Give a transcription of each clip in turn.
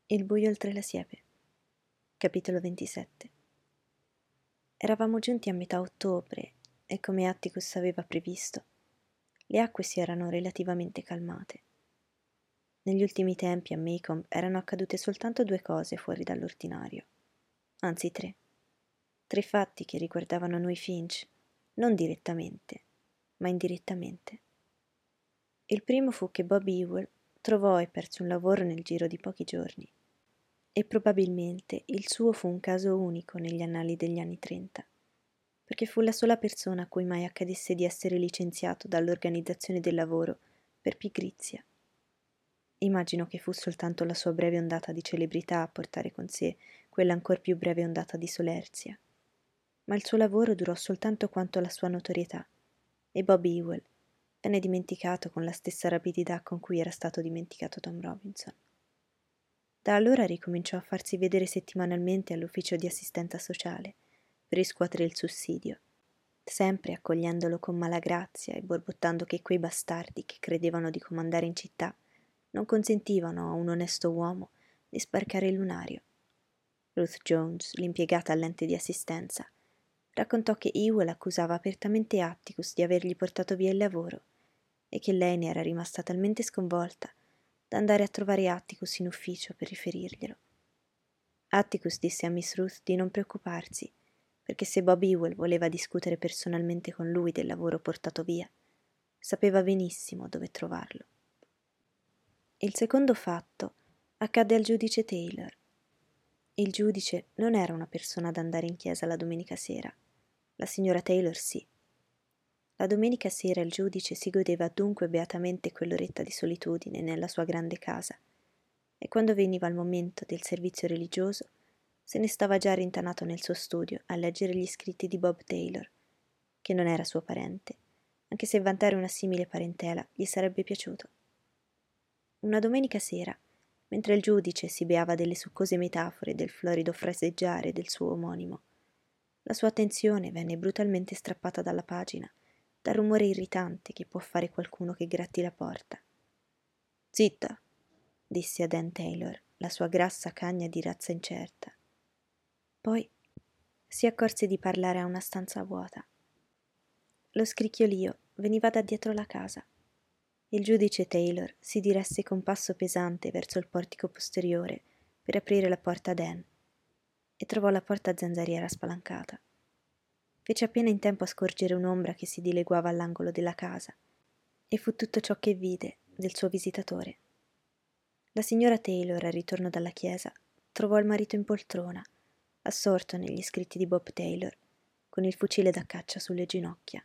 Il buio oltre la siepe. Capitolo 27. Eravamo giunti a metà ottobre e, come Atticus aveva previsto, le acque si erano relativamente calmate. Negli ultimi tempi a Maycomb erano accadute soltanto 2 cose fuori dall'ordinario, anzi 3. 3 fatti che riguardavano noi Finch, non direttamente, ma indirettamente. Il primo fu che Bob Ewell trovò e perse un lavoro nel giro di pochi giorni. E probabilmente il suo fu un caso unico negli annali degli anni 30, perché fu la sola persona a cui mai accadesse di essere licenziato dall'organizzazione del lavoro per pigrizia. Immagino che fu soltanto la sua breve ondata di celebrità a portare con sé quella ancor più breve ondata di solerzia, ma il suo lavoro durò soltanto quanto la sua notorietà, e Bob Ewell venne dimenticato con la stessa rapidità con cui era stato dimenticato Tom Robinson. Da allora ricominciò a farsi vedere settimanalmente all'ufficio di assistenza sociale per riscuotere il sussidio, sempre accogliendolo con malagrazia e borbottando che quei bastardi che credevano di comandare in città non consentivano a un onesto uomo di sbarcare il lunario. Ruth Jones, l'impiegata all'ente di assistenza, raccontò che Ewell accusava apertamente Atticus di avergli portato via il lavoro e che lei ne era rimasta talmente sconvolta da andare a trovare Atticus in ufficio per riferirglielo. Atticus disse a Miss Ruth di non preoccuparsi, perché se Bob Ewell voleva discutere personalmente con lui del lavoro portato via, sapeva benissimo dove trovarlo. Il secondo fatto accadde al giudice Taylor. Il giudice non era una persona da andare in chiesa la domenica sera. La signora Taylor sì. La domenica sera il giudice si godeva dunque beatamente quell'oretta di solitudine nella sua grande casa, e quando veniva il momento del servizio religioso se ne stava già rintanato nel suo studio a leggere gli scritti di Bob Taylor, che non era suo parente, anche se vantare una simile parentela gli sarebbe piaciuto. Una domenica sera, mentre il giudice si beava delle succose metafore del florido fraseggiare del suo omonimo, la sua attenzione venne brutalmente strappata dalla pagina dal rumore irritante che può fare qualcuno che gratti la porta. «Zitta!» disse a Dan Taylor, la sua grassa cagna di razza incerta. Poi si accorse di parlare a una stanza vuota. Lo scricchiolio veniva da dietro la casa. Il giudice Taylor si diresse con passo pesante verso il portico posteriore per aprire la porta a Dan e trovò la porta zanzariera spalancata. Fece appena in tempo a scorgere un'ombra che si dileguava all'angolo della casa e fu tutto ciò che vide del suo visitatore. La signora Taylor, al ritorno dalla chiesa, trovò il marito in poltrona, assorto negli scritti di Bob Taylor, con il fucile da caccia sulle ginocchia.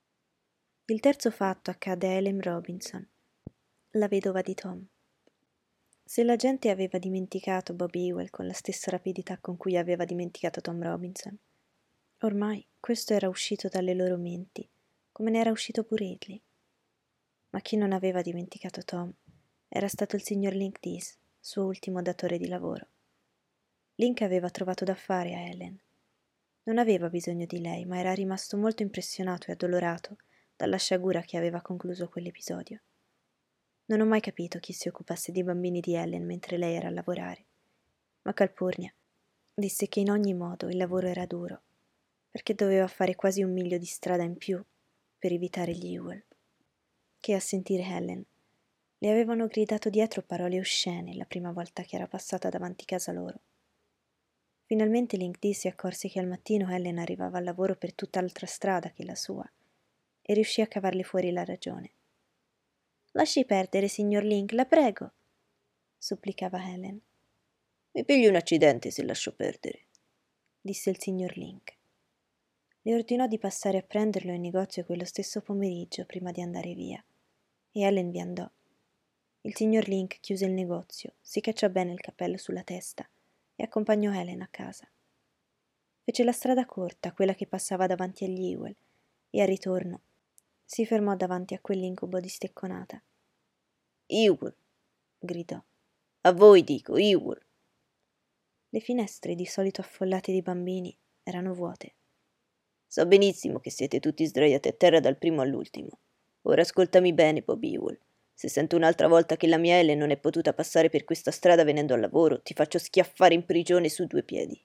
Il terzo fatto accadde a Ellen Robinson, la vedova di Tom. Se la gente aveva dimenticato Bob Ewell con la stessa rapidità con cui aveva dimenticato Tom Robinson, ormai questo era uscito dalle loro menti, come ne era uscito pure Ridley. Ma chi non aveva dimenticato Tom era stato il signor Link Dees, suo ultimo datore di lavoro. Link aveva trovato da fare a Ellen. Non aveva bisogno di lei, ma era rimasto molto impressionato e addolorato dalla sciagura che aveva concluso quell'episodio. Non ho mai capito chi si occupasse dei bambini di Ellen mentre lei era a lavorare, ma Calpurnia disse che in ogni modo il lavoro era duro, perché doveva fare quasi 1 miglio di strada in più per evitare gli Ewell, che a sentire Ellen le avevano gridato dietro parole oscene la prima volta che era passata davanti casa loro. Finalmente Link D si accorse che al mattino Ellen arrivava al lavoro per tutt'altra strada che la sua e riuscì a cavarle fuori la ragione. «Lasci perdere, signor Link, la prego», supplicava Ellen. «Mi pigli un accidente se lascio perdere», disse il signor Link. Le ordinò di passare a prenderlo in negozio quello stesso pomeriggio prima di andare via, e Ellen vi andò. Il signor Link chiuse il negozio, si cacciò bene il cappello sulla testa e accompagnò Ellen a casa. Fece la strada corta, quella che passava davanti agli Ewell, e al ritorno si fermò davanti a quell'incubo di stecconata. «Ewell!» gridò. «A voi dico, Ewell!» Le finestre, di solito affollate di bambini, erano vuote. «So benissimo che siete tutti sdraiati a terra dal primo all'ultimo. Ora ascoltami bene, Bob Ewell. Se sento un'altra volta che la mia Ellen non è potuta passare per questa strada venendo al lavoro, ti faccio schiaffare in prigione su 2 piedi.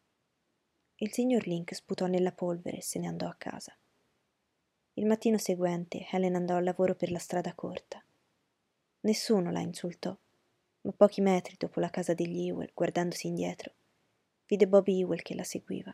Il signor Link sputò nella polvere e se ne andò a casa. Il mattino seguente Helen andò al lavoro per la strada corta. Nessuno la insultò, ma pochi metri dopo la casa degli Ewell, guardandosi indietro, vide Bobby Ewell che la seguiva.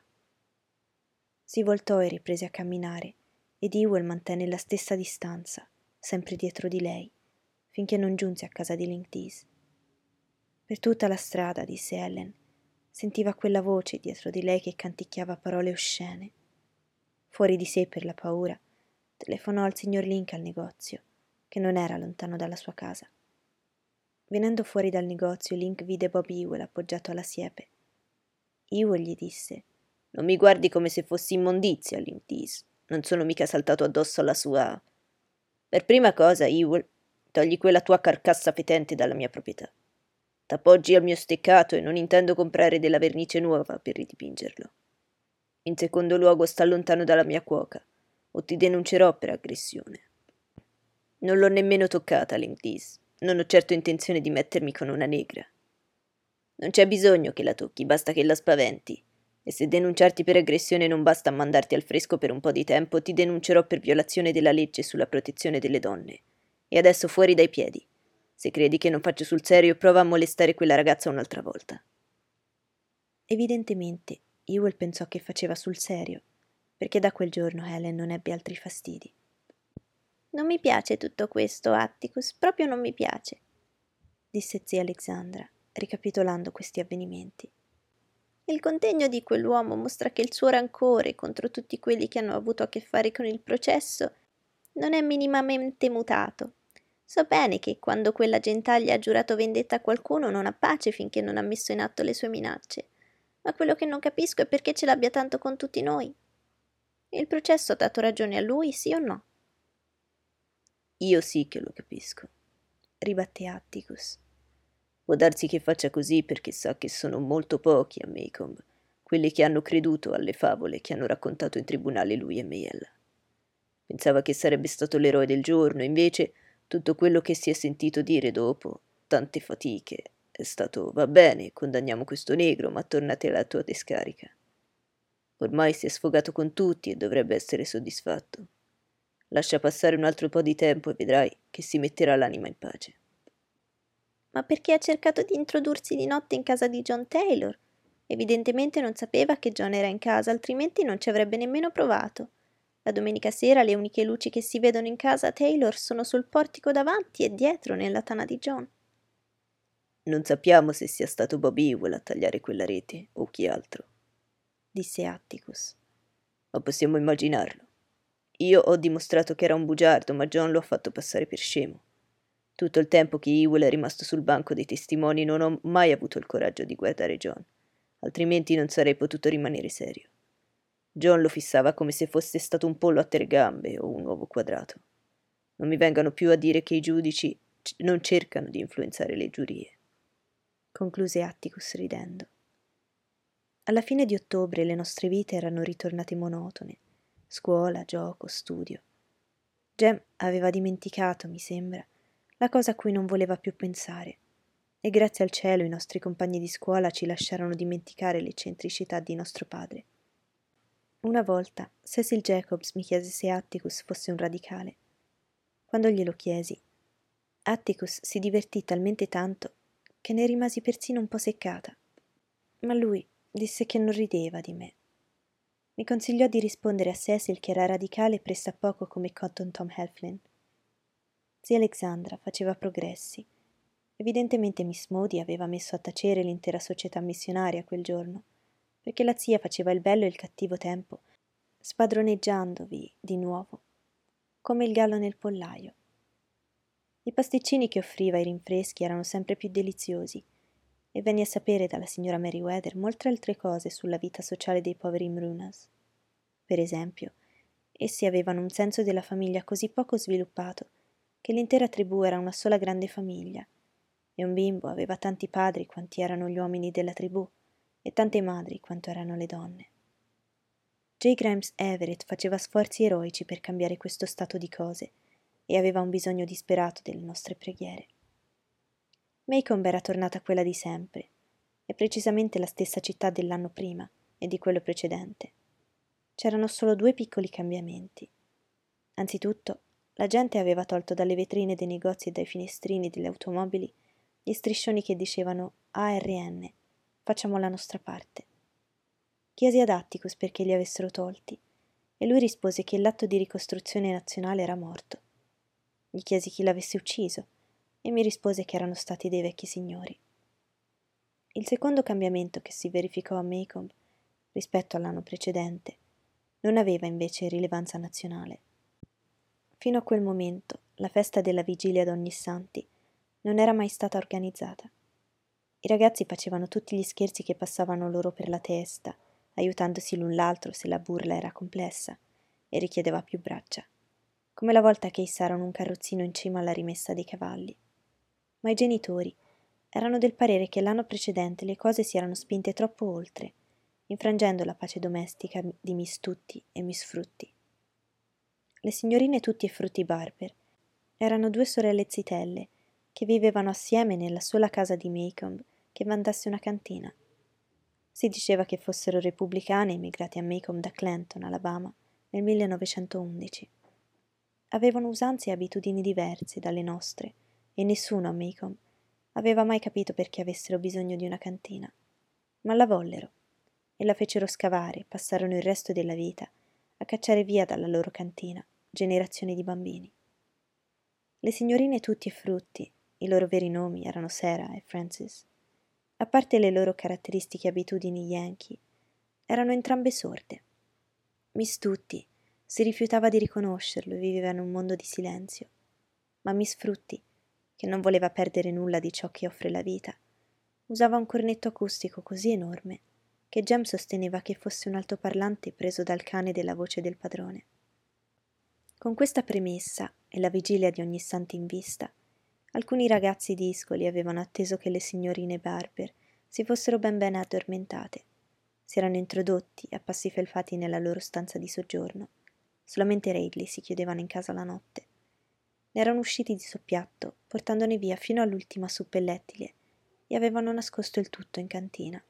Si voltò e riprese a camminare, ed Ewell mantenne la stessa distanza, sempre dietro di lei, finché non giunse a casa di Link Dees. Per tutta la strada, disse Helen, sentiva quella voce dietro di lei che canticchiava parole oscene. Fuori di sé per la paura, telefonò al signor Link al negozio, che non era lontano dalla sua casa. Venendo fuori dal negozio, Link vide Bobby Ewell appoggiato alla siepe. Ewell gli disse: «Non mi guardi come se fossi immondizia, Link Dees. Non sono mica saltato addosso alla sua...» «Per prima cosa, Ewell, togli quella tua carcassa fetente dalla mia proprietà. T'appoggi al mio steccato e non intendo comprare della vernice nuova per ridipingerlo. In secondo luogo, sta lontano dalla mia cuoca, o ti denuncerò per aggressione. Non l'ho nemmeno toccata, Link Dees. Non ho certo intenzione di mettermi con una negra. Non c'è bisogno che la tocchi, basta che la spaventi. E se denunciarti per aggressione non basta a mandarti al fresco per un po' di tempo, ti denuncerò per violazione della legge sulla protezione delle donne. E adesso fuori dai piedi. Se credi che non faccio sul serio, prova a molestare quella ragazza un'altra volta». Evidentemente, Ewell pensò che faceva sul serio, perché da quel giorno Helen non ebbe altri fastidi. «Non mi piace tutto questo, Atticus, proprio non mi piace», disse zia Alexandra, ricapitolando questi avvenimenti. «Il contegno di quell'uomo mostra che il suo rancore contro tutti quelli che hanno avuto a che fare con il processo non è minimamente mutato. So bene che quando quella gentaglia ha giurato vendetta a qualcuno non ha pace finché non ha messo in atto le sue minacce, ma quello che non capisco è perché ce l'abbia tanto con tutti noi. Il processo ha dato ragione a lui, sì o no?» «Io sì che lo capisco», ribatté Atticus. «Può darsi che faccia così perché sa che sono molto pochi a Maycomb quelli che hanno creduto alle favole che hanno raccontato in tribunale lui e Mayella. Pensava che sarebbe stato l'eroe del giorno, invece tutto quello che si è sentito dire dopo tante fatiche è stato: va bene, condanniamo questo negro, ma tornate alla tua discarica. Ormai si è sfogato con tutti e dovrebbe essere soddisfatto. Lascia passare un altro po' di tempo e vedrai che si metterà l'anima in pace». «Ma perché ha cercato di introdursi di notte in casa di John Taylor? Evidentemente non sapeva che John era in casa, altrimenti non ci avrebbe nemmeno provato. La domenica sera le uniche luci che si vedono in casa Taylor sono sul portico davanti e dietro nella tana di John». «Non sappiamo se sia stato Bobby Ewell a tagliare quella rete o chi altro», disse Atticus. «ma possiamo immaginarlo. Io ho dimostrato che era un bugiardo, ma John lo ha fatto passare per scemo. Tutto il tempo che Ewell è rimasto sul banco dei testimoni non ho mai avuto il coraggio di guardare John, altrimenti non sarei potuto rimanere serio. John lo fissava come se fosse stato un pollo a 3 gambe o un uovo quadrato. Non mi vengano più a dire che i giudici non cercano di influenzare le giurie», concluse Atticus ridendo. Alla fine di ottobre le nostre vite erano ritornate monotone. Scuola, gioco, studio. Jem aveva dimenticato, mi sembra, la cosa a cui non voleva più pensare, e grazie al cielo i nostri compagni di scuola ci lasciarono dimenticare l'eccentricità di nostro padre. Una volta Cecil Jacobs mi chiese se Atticus fosse un radicale. Quando glielo chiesi, Atticus si divertì talmente tanto che ne rimasi persino un po' seccata. Ma lui disse che non rideva di me. Mi consigliò di rispondere a Cecil che era radicale pressappoco come Cotton Tom Heflin. Zia Alexandra faceva progressi. Evidentemente Miss Moody aveva messo a tacere l'intera società missionaria quel giorno, perché la zia faceva il bello e il cattivo tempo, spadroneggiandovi di nuovo, come il gallo nel pollaio. I pasticcini che offriva e i rinfreschi erano sempre più deliziosi, e venni a sapere dalla signora Merriweather molte altre cose sulla vita sociale dei poveri Mrunas. Per esempio, essi avevano un senso della famiglia così poco sviluppato che l'intera tribù era una sola grande famiglia, e un bimbo aveva tanti padri quanti erano gli uomini della tribù e tante madri quanto erano le donne. J. Grimes Everett faceva sforzi eroici per cambiare questo stato di cose, e aveva un bisogno disperato delle nostre preghiere. Maycomb era tornata quella di sempre, e precisamente la stessa città dell'anno prima e di quello precedente. C'erano solo 2 piccoli cambiamenti. Anzitutto, la gente aveva tolto dalle vetrine dei negozi e dai finestrini delle automobili gli striscioni che dicevano ARN, facciamo la nostra parte. Chiesi ad Atticus perché li avessero tolti, e lui rispose che l'atto di ricostruzione nazionale era morto. Gli chiesi chi l'avesse ucciso, e mi rispose che erano stati dei vecchi signori. Il secondo cambiamento che si verificò a Maycomb, rispetto all'anno precedente, non aveva invece rilevanza nazionale. Fino a quel momento, la festa della vigilia d'Ognissanti non era mai stata organizzata. I ragazzi facevano tutti gli scherzi che passavano loro per la testa, aiutandosi l'un l'altro se la burla era complessa e richiedeva più braccia, come la volta che issarono un carrozzino in cima alla rimessa dei cavalli. Ma i genitori erano del parere che l'anno precedente le cose si erano spinte troppo oltre, infrangendo la pace domestica di Miss Tutti e Miss Frutti. Le signorine Tutti e Frutti Barber erano 2 sorelle zitelle che vivevano assieme nella sola casa di Maycomb che vantasse una cantina. Si diceva che fossero repubblicane emigrate a Maycomb da Clanton, Alabama, nel 1911. Avevano usanze e abitudini diverse dalle nostre e nessuno a Maycomb aveva mai capito perché avessero bisogno di una cantina. Ma la vollero e la fecero scavare e passarono il resto della vita a cacciare via dalla loro cantina generazioni di bambini. Le signorine Tutti e Frutti, i loro veri nomi erano Sarah e Frances, a parte le loro caratteristiche abitudini yankee, erano entrambe sorde. Miss Tutti si rifiutava di riconoscerlo e viveva in un mondo di silenzio, ma Miss Frutti, che non voleva perdere nulla di ciò che offre la vita, usava un cornetto acustico così enorme che Jem sosteneva che fosse un altoparlante preso dal cane della voce del padrone. Con questa premessa e la vigilia di Ognissanti in vista, alcuni ragazzi discoli avevano atteso che le signorine Barber si fossero ben bene addormentate. Si erano introdotti a passi felpati nella loro stanza di soggiorno. Solamente Ridley si chiudevano in casa la notte. Ne erano usciti di soppiatto, portandone via fino all'ultima suppellettile, e avevano nascosto il tutto in cantina.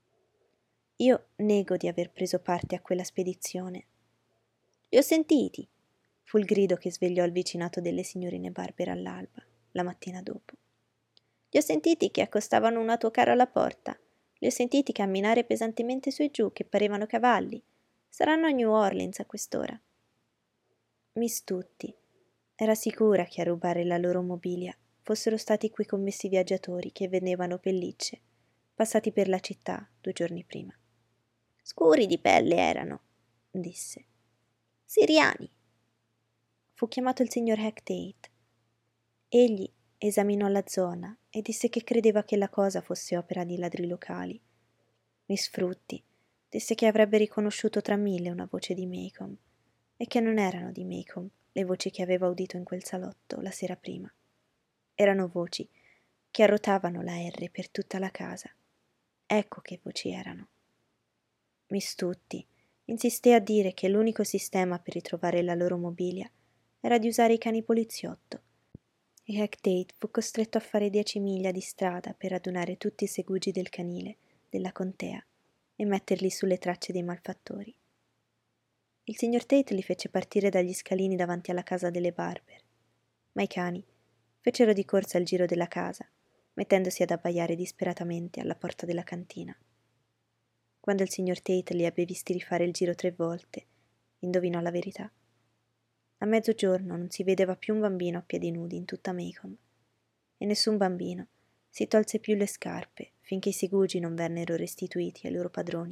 Io nego di aver preso parte a quella spedizione. Li ho sentiti, fu il grido che svegliò il vicinato delle signorine Barber all'alba, la mattina dopo. Li ho sentiti che accostavano un autocarro alla porta. Li ho sentiti camminare pesantemente su e giù, che parevano cavalli. Saranno a New Orleans a quest'ora. Miss Tutti era sicura che a rubare la loro mobilia fossero stati quei commessi viaggiatori che vendevano pellicce, passati per la città 2 giorni prima. Scuri di pelle erano, disse. Siriani. Fu chiamato il signor Hectate. Egli esaminò la zona e disse che credeva che la cosa fosse opera di ladri locali. Miss Frutti disse che avrebbe riconosciuto tra 1000 una voce di Maycomb e che non erano di Maycomb le voci che aveva udito in quel salotto la sera prima. Erano voci che arrotavano la R per tutta la casa. Ecco che voci erano. Miss Tutti insisté a dire che l'unico sistema per ritrovare la loro mobilia era di usare i cani poliziotto, e Hectate fu costretto a fare 10 miglia di strada per radunare tutti i segugi del canile della contea e metterli sulle tracce dei malfattori. Il signor Tate li fece partire dagli scalini davanti alla casa delle Barber, ma i cani fecero di corsa il giro della casa, mettendosi ad abbaiare disperatamente alla porta della cantina. Quando il signor Tate li ebbe visti rifare il giro 3 volte, indovinò la verità. A mezzogiorno non si vedeva più un bambino a piedi nudi in tutta Maycomb, e nessun bambino si tolse più le scarpe finché i segugi non vennero restituiti ai loro padroni.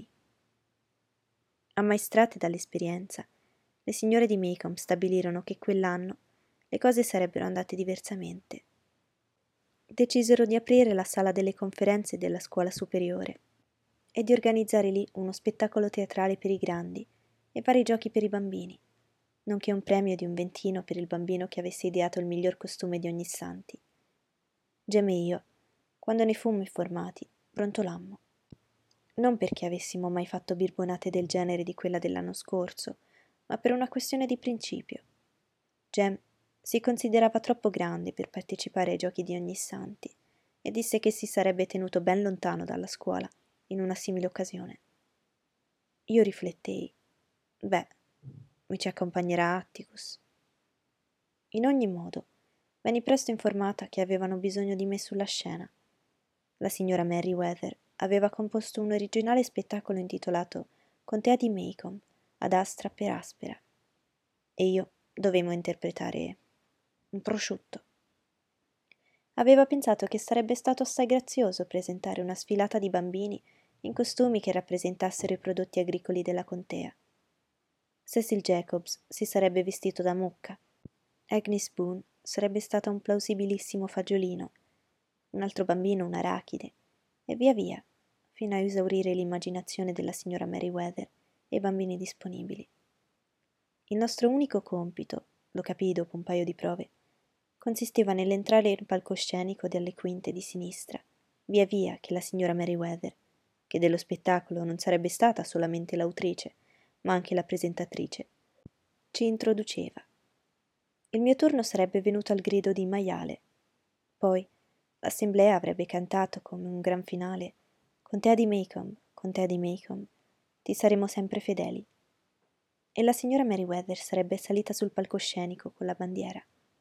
Ammaestrate dall'esperienza, le signore di Maycomb stabilirono che quell'anno le cose sarebbero andate diversamente. Decisero di aprire la sala delle conferenze della scuola superiore e di organizzare lì uno spettacolo teatrale per i grandi e vari giochi per i bambini, nonché un premio di un ventino per il bambino che avesse ideato il miglior costume di Ognissanti. Gem e io, quando ne fummo informati, brontolammo. Non perché avessimo mai fatto birbonate del genere di quella dell'anno scorso, ma per una questione di principio. Gem Si considerava troppo grande per partecipare ai giochi di Ognissanti e disse che si sarebbe tenuto ben lontano dalla scuola in una simile occasione. Io riflettei. Beh, mi ci accompagnerà Atticus. In ogni modo, venni presto informata che avevano bisogno di me sulla scena. La signora Merriweather aveva composto un originale spettacolo intitolato Contea di Macomb ad Astra per Aspera e io dovevo interpretare un prosciutto. Aveva pensato che sarebbe stato assai grazioso presentare una sfilata di bambini in costumi che rappresentassero i prodotti agricoli della contea. Cecil Jacobs si sarebbe vestito da mucca, Agnes Boone sarebbe stata un plausibilissimo fagiolino, un altro bambino un arachide, e via via, fino a esaurire l'immaginazione della signora Merriweather e i bambini disponibili. Il nostro unico compito, lo capii dopo un paio di prove, consisteva nell'entrare in palcoscenico dalle quinte di sinistra, via via che la signora Merriweather, che dello spettacolo non sarebbe stata solamente l'autrice, ma anche la presentatrice, ci introduceva. Il mio turno sarebbe venuto al grido di maiale. Poi l'assemblea avrebbe cantato come un gran finale Contea di Macomb, ti saremo sempre fedeli. E la signora Merriweather sarebbe salita sul palcoscenico con la bandiera.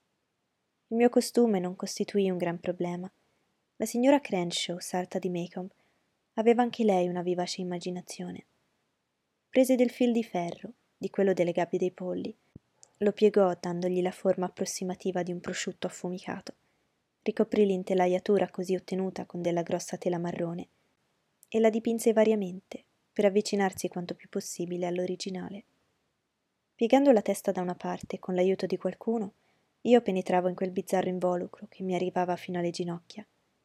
Il mio costume non costituì un gran problema. La signora Crenshaw, sarta di Macomb, aveva anche lei una vivace immaginazione. Prese del fil di ferro, di quello delle gabbie dei polli, lo piegò dandogli la forma approssimativa di un prosciutto affumicato, ricoprì l'intelaiatura così ottenuta con della grossa tela marrone e la dipinse variamente per avvicinarsi quanto più possibile all'originale. Piegando la testa da una parte con l'aiuto di qualcuno, io penetravo in quel bizzarro involucro che mi arrivava fino alle ginocchia.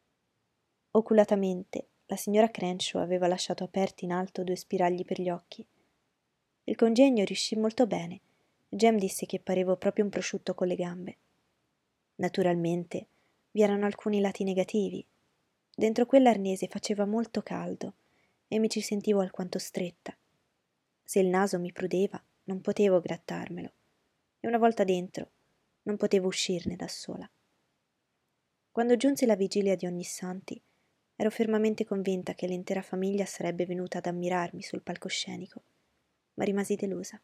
Oculatamente, la signora Crenshaw aveva lasciato aperti in alto 2 spiragli per gli occhi. Il congegno riuscì molto bene. Jem disse che parevo proprio un prosciutto con le gambe. Naturalmente, vi erano alcuni lati negativi. Dentro quell'arnese faceva molto caldo e mi ci sentivo alquanto stretta. Se il naso mi prudeva, non potevo grattarmelo, e una volta dentro non potevo uscirne da sola. Quando giunse la vigilia di Ognissanti, ero fermamente convinta che l'intera famiglia sarebbe venuta ad ammirarmi sul palcoscenico, ma rimasi delusa.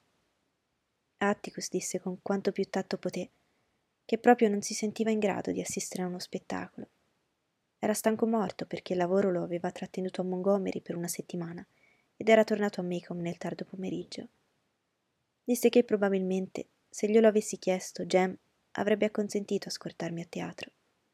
Atticus disse con quanto più tatto poté che proprio non si sentiva in grado di assistere a uno spettacolo. Era stanco morto perché il lavoro lo aveva trattenuto a Montgomery per una settimana ed era tornato a Macomb nel tardo pomeriggio. Disse che probabilmente, se glielo avessi chiesto, Jem avrebbe acconsentito a scortarmi a teatro.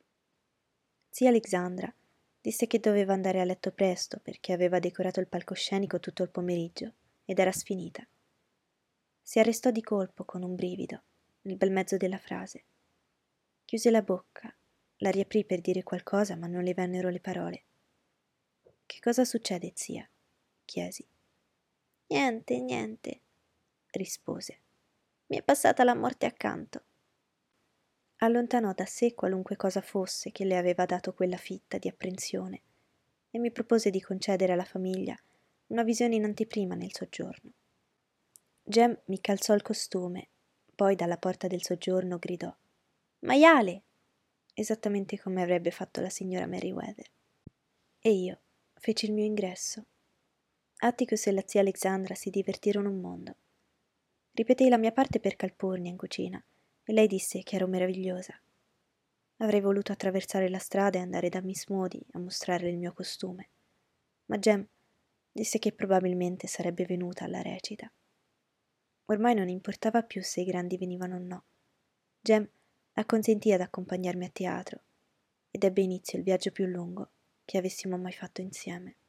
Zia Alexandra disse che doveva andare a letto presto perché aveva decorato il palcoscenico tutto il pomeriggio ed era sfinita. Si arrestò di colpo con un brivido, nel bel mezzo della frase. Chiuse la bocca, la riaprì per dire qualcosa ma non le vennero le parole. «Che cosa succede, zia?» chiesi. «Niente, niente», rispose. «Mi è passata la morte accanto». Allontanò da sé qualunque cosa fosse che le aveva dato quella fitta di apprensione e mi propose di concedere alla famiglia una visione in anteprima nel soggiorno. Jem mi calzò il costume, poi dalla porta del soggiorno gridò «Maiale!» esattamente come avrebbe fatto la signora Merriweather. E io feci il mio ingresso. Atticus e la zia Alexandra si divertirono un mondo. Ripetei la mia parte per Calpurnia in cucina e lei disse che ero meravigliosa. Avrei voluto attraversare la strada e andare da Miss Modi a mostrarle il mio costume, ma Jem disse che probabilmente sarebbe venuta alla recita. Ormai non importava più se i grandi venivano o no. Jem acconsentì ad accompagnarmi a teatro ed ebbe inizio il viaggio più lungo che avessimo mai fatto insieme.